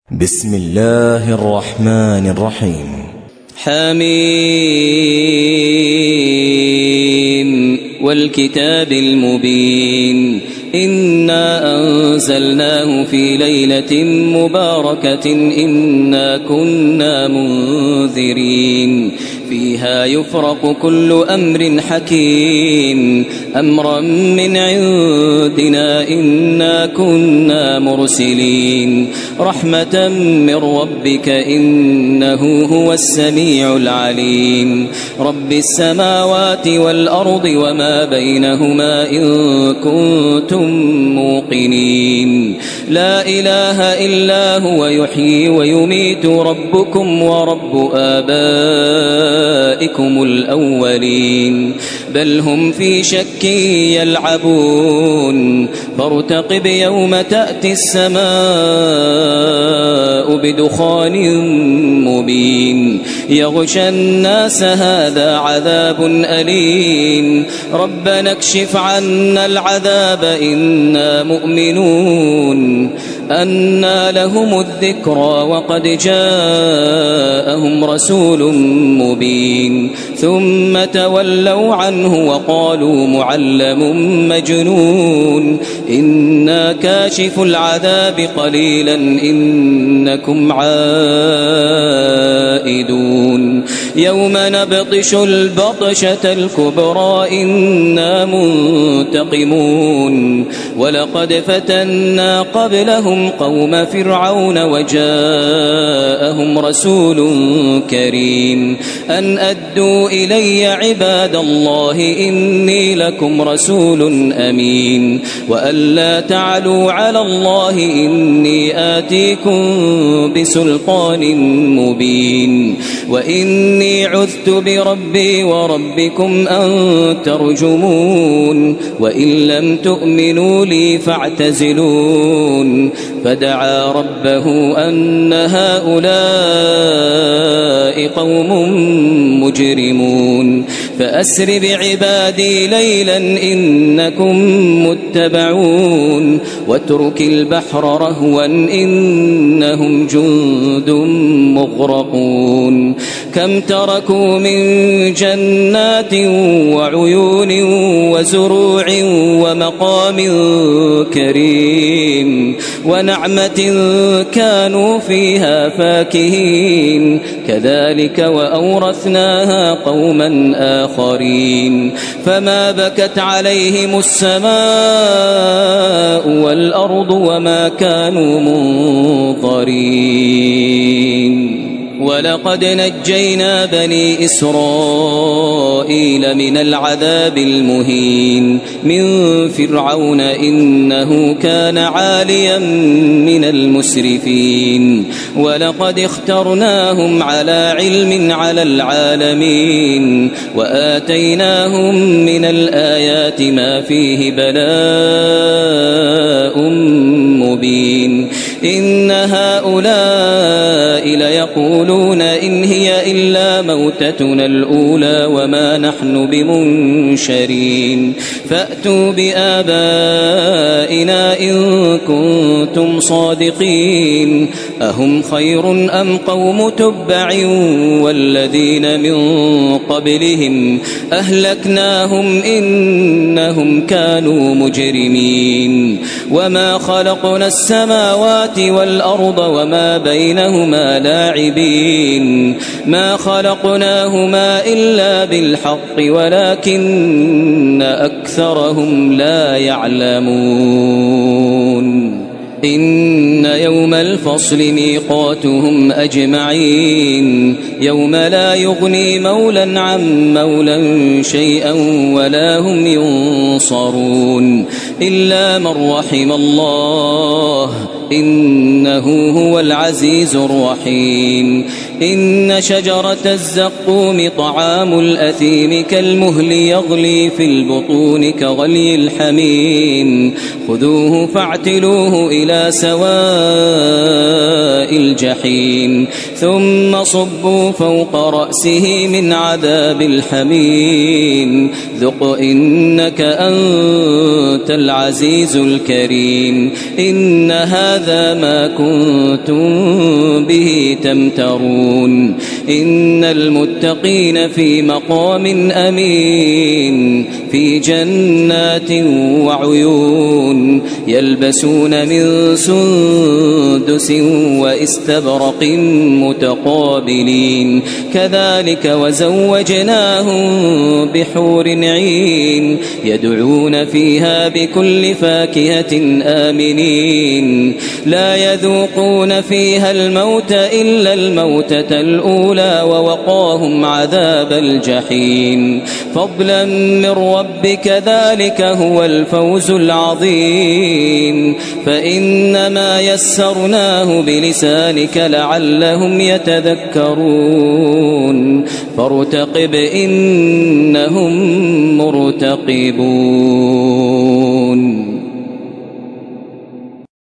بسم الله الرحمن الرحيم. حميم والكتاب المبين إنا أنزلناه في ليلة مباركة إنا كنا منذرين فيها يفرق كل أمر حكيم أمرا من عندنا إنا كنا مرسلين رحمة من ربك إنه هو السميع العليم رب السماوات والأرض وما بينهما إن كنتم موقنين لا إله إلا هو يحيي ويميت ربكم ورب آبائكم الأولين بل هم في شك يلعبون فارتقب يوم تأتي السماء بدخان مبين يغشى الناس هذا عذاب أليم ربنا اكشف عنا العذاب إنا مؤمنون أنى لهم الذكرى وقد جاءهم رسول مبين ثم تولوا عنه وقالوا معلم مجنون إنا كاشف العذاب قليلا إنكم عائدون يوم نبطش البطشة الكبرى إنا منتقمون ولقد فتنا قبلهم قوم فرعون وجاءهم رسول كريم أن أدوا إلي عباد الله إني لكم رسول أمين وألا تعلوا على الله إني آتيكم بسلطان مبين وإني عذت بربي وربكم أن ترجمون وإن لم تؤمنوا لي فاعتزلون فدعا ربه أن هؤلاء قوم مجرمون فأسر بعبادي ليلا إنكم متبعون واترك البحر رهوا إنهم جند مغرقون كم تركوا من جنات وعيون وزروع ومقام كريم ونعمة كانوا فيها فاكهين كذلك وأورثناها قوما آخرين فما بكت عليهم السماء والأرض وما كانوا منظرين ولقد نجينا بني إسرائيل من العذاب المهين من فرعون إنه كان عاليا من المسرفين ولقد اخترناهم على علم على العالمين وآتيناهم من الآيات ما فيه بلاء مبين إن هؤلاء ليقولون إن هي إلا موتتنا الأولى وما نحن بمنشرين فأتوا بآبائنا إن كنتم صادقين أهم خير أم قوم تبع والذين من قبلهم أهلكناهم إنهم كانوا مجرمين وما خلقنا السماوات والأرض وما بينهما لاعبين ما خلقناهما إلا بالحق ولكن أكثرهم لا يعلمون إن يوم الفصل ميقاتهم أجمعين يوم لا يغني مولا عن مولا شيئا ولا هم ينصرون إلا من رحم الله إنه هو العزيز الرحيم إن شجرة الزقوم طعام الأثيم كالمهل يغلي في البطون كغلي الحميم خذوه فاعتلوه إلى سواء الجحيم ثم صبوا فوق رأسه من عذاب الحميم ذق إنك أنت العزيز الكريم إن هذا ما كنتم به تمترون إن المتقين في مقام أمين في جنات وعيون يلبسون من سندس واستبرق متقابلين كذلك وزوجناهم بحور عين يدعون فيها بكل فاكهة آمنين لا يذوقون فيها الموت إلا الموتة الأولى ووقاهم عذاب الجحيم فضلا من ربك ذلك هو الفوز العظيم فإنما يسرناه بلسانك لعلهم يتذكرون فارتقب إنهم مرتقبون